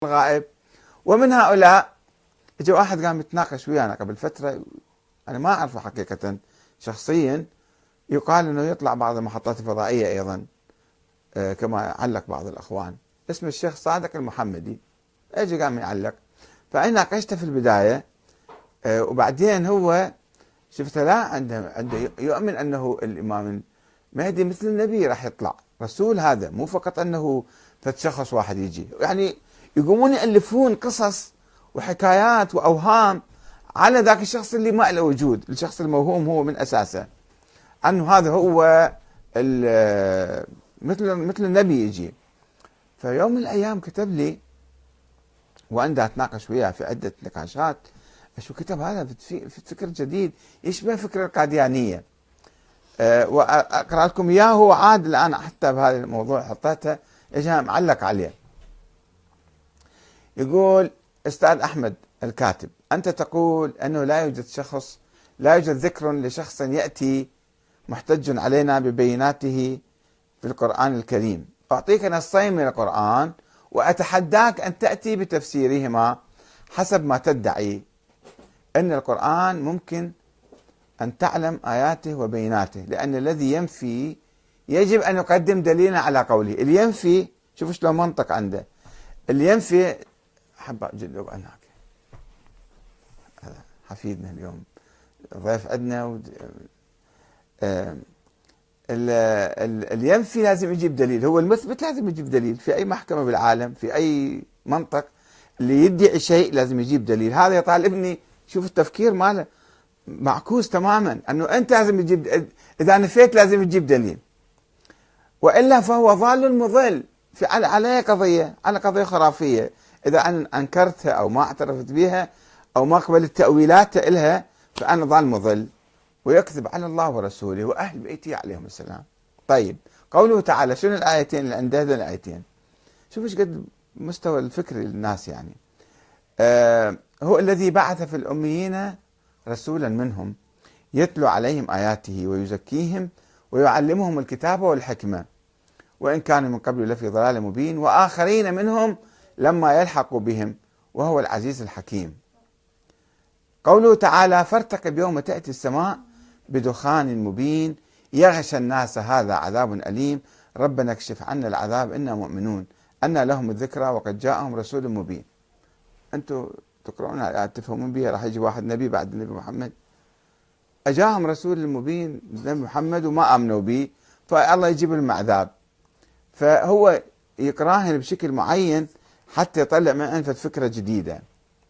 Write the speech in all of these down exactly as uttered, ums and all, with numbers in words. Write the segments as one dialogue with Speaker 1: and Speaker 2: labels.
Speaker 1: الغائب. ومن هؤلاء اجى واحد قام يتناقش ويانا قبل فترة، أنا ما أعرفه حقيقة شخصيا، يقال أنه يطلع بعض المحطات الفضائية أيضا كما علق بعض الأخوان، اسم الشيخ صادق المحمدي. اجى قام يعلق، فأنا ناقشته في البداية، وبعدين هو شفت لا عنده عنده يؤمن أنه الإمام المهدي مثل النبي راح يطلع رسول، هذا مو فقط أنه فتشخص واحد يجي، يعني يقومون يألفون قصص وحكايات وأوهام على ذاك الشخص اللي ما له وجود، الشخص الموهوم هو من أساسه أنه هذا هو مثل مثل النبي يجي. فيوم من الأيام كتب لي وأنا أتناقش وياه في عدة نقاشات، شو كتب هذا في فكر جديد يشبه فكر القاديانية، أه وأقرأ لكم إياه. هو عاد الآن حتى بهذا الموضوع حطيته إجا معلق عليه. يقول: أستاذ أحمد الكاتب، أنت تقول أنه لا يوجد شخص لا يوجد ذكر لشخص يأتي محتج علينا ببيناته في القرآن الكريم. أعطيك نصين من القرآن وأتحداك أن تأتي بتفسيرهما حسب ما تدعي أن القرآن ممكن أن تعلم آياته وبيناته، لأن الذي ينفي يجب أن يقدم دليلا على قوله. اللي ينفي شوفوا شلون منطق عنده، اللي ينفي حب أجلب هناك هذا حفيدنا اليوم ضيف عندنا و... آه... اللي ينفي لازم يجيب دليل، هو المثبت لازم يجيب دليل في أي محكمة بالعالم، في أي منطق اللي يدعي شيء لازم يجيب دليل. هذا يطالبني، شوف التفكير ماله معكوس تماما، أنه أنت لازم تجيب، إذا نفيت لازم تجيب دليل، وإلا فهو ضال مضل في على على قضية على قضية خرافية. إذا أنا أنكرتها أو ما اعترفت بها أو ما قبلت تأويلات إلها فأنا ضال مضل ويكذب على الله ورسوله وأهل بيته عليهم السلام. طيب، قوله تعالى، شنو الآيتين اللي عنده هذه الآيتين؟ شوف ايش قد مستوى الفكر للناس يعني. آه هو الذي بعث في الأميين رسولا منهم يتلو عليهم آياته ويزكيهم ويعلمهم الكتاب والحكمة وإن كانوا من قبل لفي ضلال مبين وآخرين منهم لما يلحقوا بهم وهو العزيز الحكيم. قوله تعالى: فارتقب يوم تأتي السماء بدخان مبين يغشى الناس هذا عذاب أليم ربنا اكشف عنا العذاب إنا مؤمنون أن لهم الذكرى وقد جاءهم رسول مبين. أنتم تقرؤون تفهمون بها، راح يجي واحد نبي بعد النبي محمد، أجاهم رسول مبين النبي محمد وما آمنوا به، فالله يجيب لهم عذاب. فهو يقراهن بشكل معين حتى يطلع من أنفة فكرة جديدة.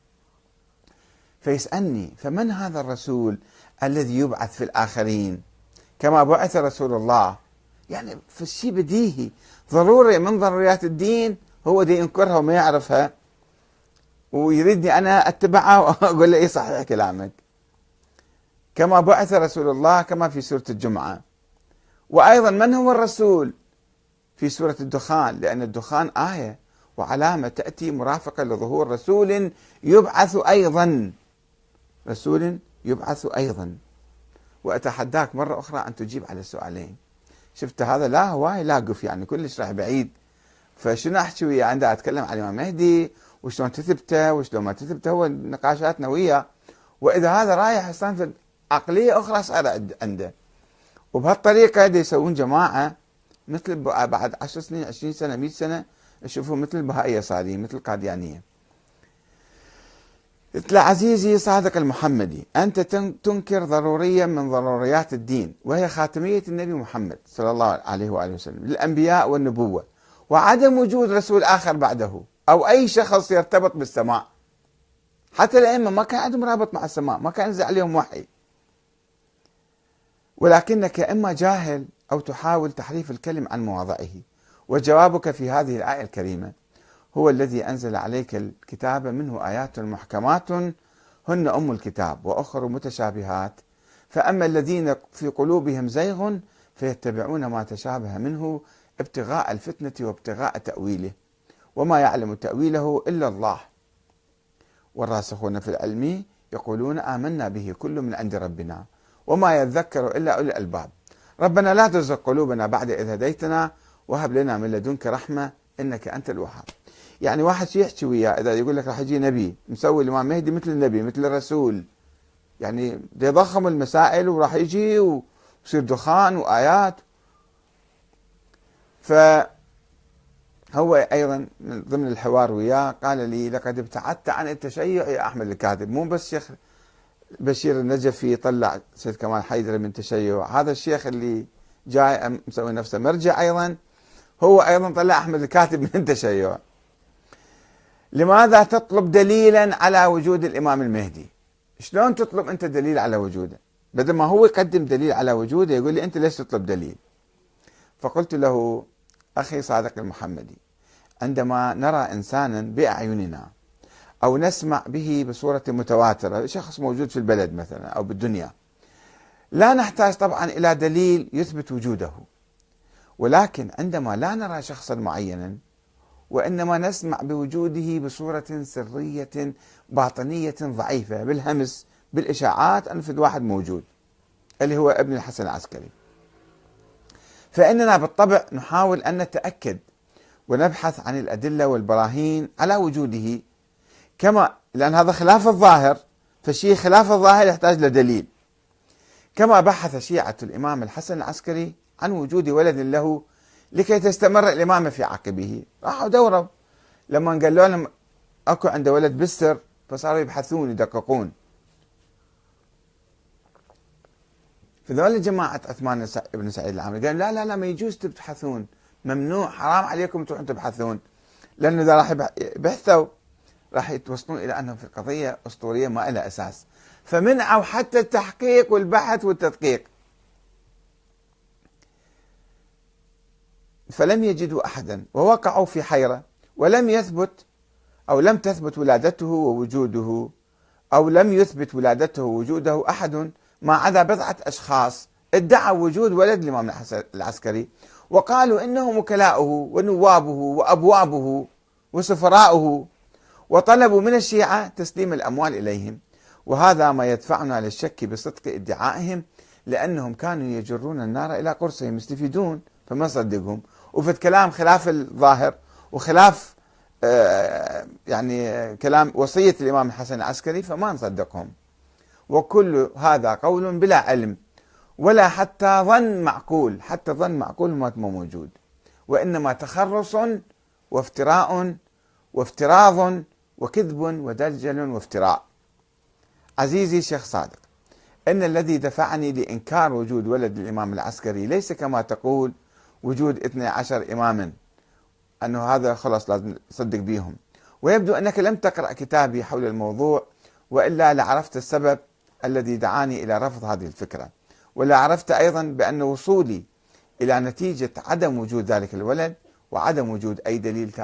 Speaker 1: فيسألني: فمن هذا الرسول الذي يبعث في الآخرين كما بعث رسول الله؟ يعني في الشيء بديهي ضروري من ضروريات الدين هو دي ينكرها وما يعرفها ويريدني أنا أتبعها وأقول له إيه صحيح كلامك. كما بعث رسول الله كما في سورة الجمعة. وأيضا من هو الرسول في سورة الدخان، لأن الدخان آية وعلامة تأتي مرافقة لظهور رسول يبعث أيضا، رسول يبعث أيضا. وأتحداك مرة أخرى أن تجيب على السؤالين. شفت هذا لا هواي لاقف يعني كلش راح بعيد. فشنو أحكي وياه عندها أتكلم عن الإمام مهدي وشلون تثبته وشلون ما تثبته، هو نقاشاتنا وياه. وإذا هذا رايح أصلا في عقلية أخرى صار عنده، وبهالطريقة دي يسوون جماعة مثل بعد عشر سنين عشرين سنة مئة سنة يشوفوا مثل البهائية صارين مثل القاديانية. قلت له: عزيزي صادق المحمدي، أنت تنكر ضروريا من ضروريات الدين وهي خاتمية النبي محمد صلى الله عليه وآله وسلم للأنبياء والنبوة وعدم وجود رسول آخر بعده أو أي شخص يرتبط بالسماء. حتى الأئمة ما كان عندهم رابط مع السماء، ما كان ينزل عليهم وحي. ولكنك إما جاهل أو تحاول تحريف الكلم عن مواضعه. وجوابك في هذه الآية الكريمة: هو الذي أنزل عليك الكتاب منه آيات محكمات هن أم الكتاب وأخر متشابهات فأما الذين في قلوبهم زيغ فيتبعون ما تشابه منه ابتغاء الفتنة وابتغاء تأويله وما يعلم تأويله إلا الله والراسخون في العلم يقولون آمنا به كل من عند ربنا وما يذكر إلا أولي الألباب ربنا لا تزغ قلوبنا بعد إذ هديتنا وهب لنا من لدنك رحمة إنك أنت الوهاب. يعني واحد شو يحكي وياه إذا يقول لك راح يجي نبي مسوي الإمام مهدي مثل النبي مثل الرسول، يعني يضخم المسائل وراح يجي ويصير دخان وآيات. فهو أيضا من ضمن الحوار وياه قال لي: لقد ابتعدت عن التشيع يا أحمد الكاتب. مو بس شيخ بشير النجفي طلع سيد كمال حيدر من تشيع، هذا الشيخ اللي جاي مسوي نفسه مرجع أيضا هو أيضا طلع أحمد الكاتب من تشيع. لماذا تطلب دليلا على وجود الإمام المهدي؟ شلون تطلب أنت دليل على وجوده؟ بدل ما هو يقدم دليل على وجوده يقول لي أنت ليش تطلب دليل؟ فقلت له: أخي صادق المحمدي، عندما نرى إنسانا بأعيننا أو نسمع به بصورة متواترة، شخص موجود في البلد مثلا أو بالدنيا، لا نحتاج طبعا إلى دليل يثبت وجوده، ولكن عندما لا نرى شخصا معينا وإنما نسمع بوجوده بصورة سرية باطنية ضعيفة بالهمس بالإشاعات أن في واحد موجود اللي هو ابن الحسن العسكري، فإننا بالطبع نحاول أن نتأكد ونبحث عن الأدلة والبراهين على وجوده، كما لأن هذا خلاف الظاهر، فشيء خلاف الظاهر يحتاج لدليل، كما بحث شيعة الإمام الحسن العسكري عن وجود ولد له لكي تستمر الإمامة في عقبه. راحوا دوروا لما قالوا لهم أكو عنده ولد بالسر، فصاروا يبحثون يدققون. فذول جماعة عثمان بن سعيد العامري قالوا: لا لا لا، ما يجوز تبحثون، ممنوع، حرام عليكم تروحون تبحثون، لأنه إذا راح يبحثوا راح يتوصلون إلى أنهم في قضية أسطورية ما لها أساس، فمنعوا حتى التحقيق والبحث والتدقيق. فلم يجدوا أحدا ووقعوا في حيرة، ولم يثبت أو لم تثبت ولادته ووجوده، أو لم يثبت ولادته ووجوده أحد ما عدا بضعة أشخاص ادعوا وجود ولد الإمام الحسن العسكري، وقالوا إنهم وكلاؤه ونوابه وأبوابه وسفراؤه، وطلبوا من الشيعة تسليم الأموال إليهم. وهذا ما يدفعنا للشك بصدق ادعائهم، لأنهم كانوا يجرون النار إلى قرصهم، يستفيدون، فما نصدقهم، وفي كلام خلاف الظاهر وخلاف آه يعني كلام وصية الإمام الحسن العسكري فما نصدقهم. وكل هذا قول بلا علم ولا حتى ظن معقول، حتى ظن معقول ما موجود، وإنما تخرص وافتراء وافتراض وكذب ودجل وافتراء. عزيزي شيخ صادق، إن الذي دفعني لإنكار وجود ولد الإمام العسكري ليس كما تقول وجود اثني عشر إماما، أنه هذا خلاص لازم نصدق بيهم، ويبدو أنك لم تقرأ كتابي حول الموضوع، وإلا لعرفت السبب الذي دعاني إلى رفض هذه الفكرة، ولا عرفت أيضا بأن وصولي إلى نتيجة عدم وجود ذلك الولد وعدم وجود أي دليل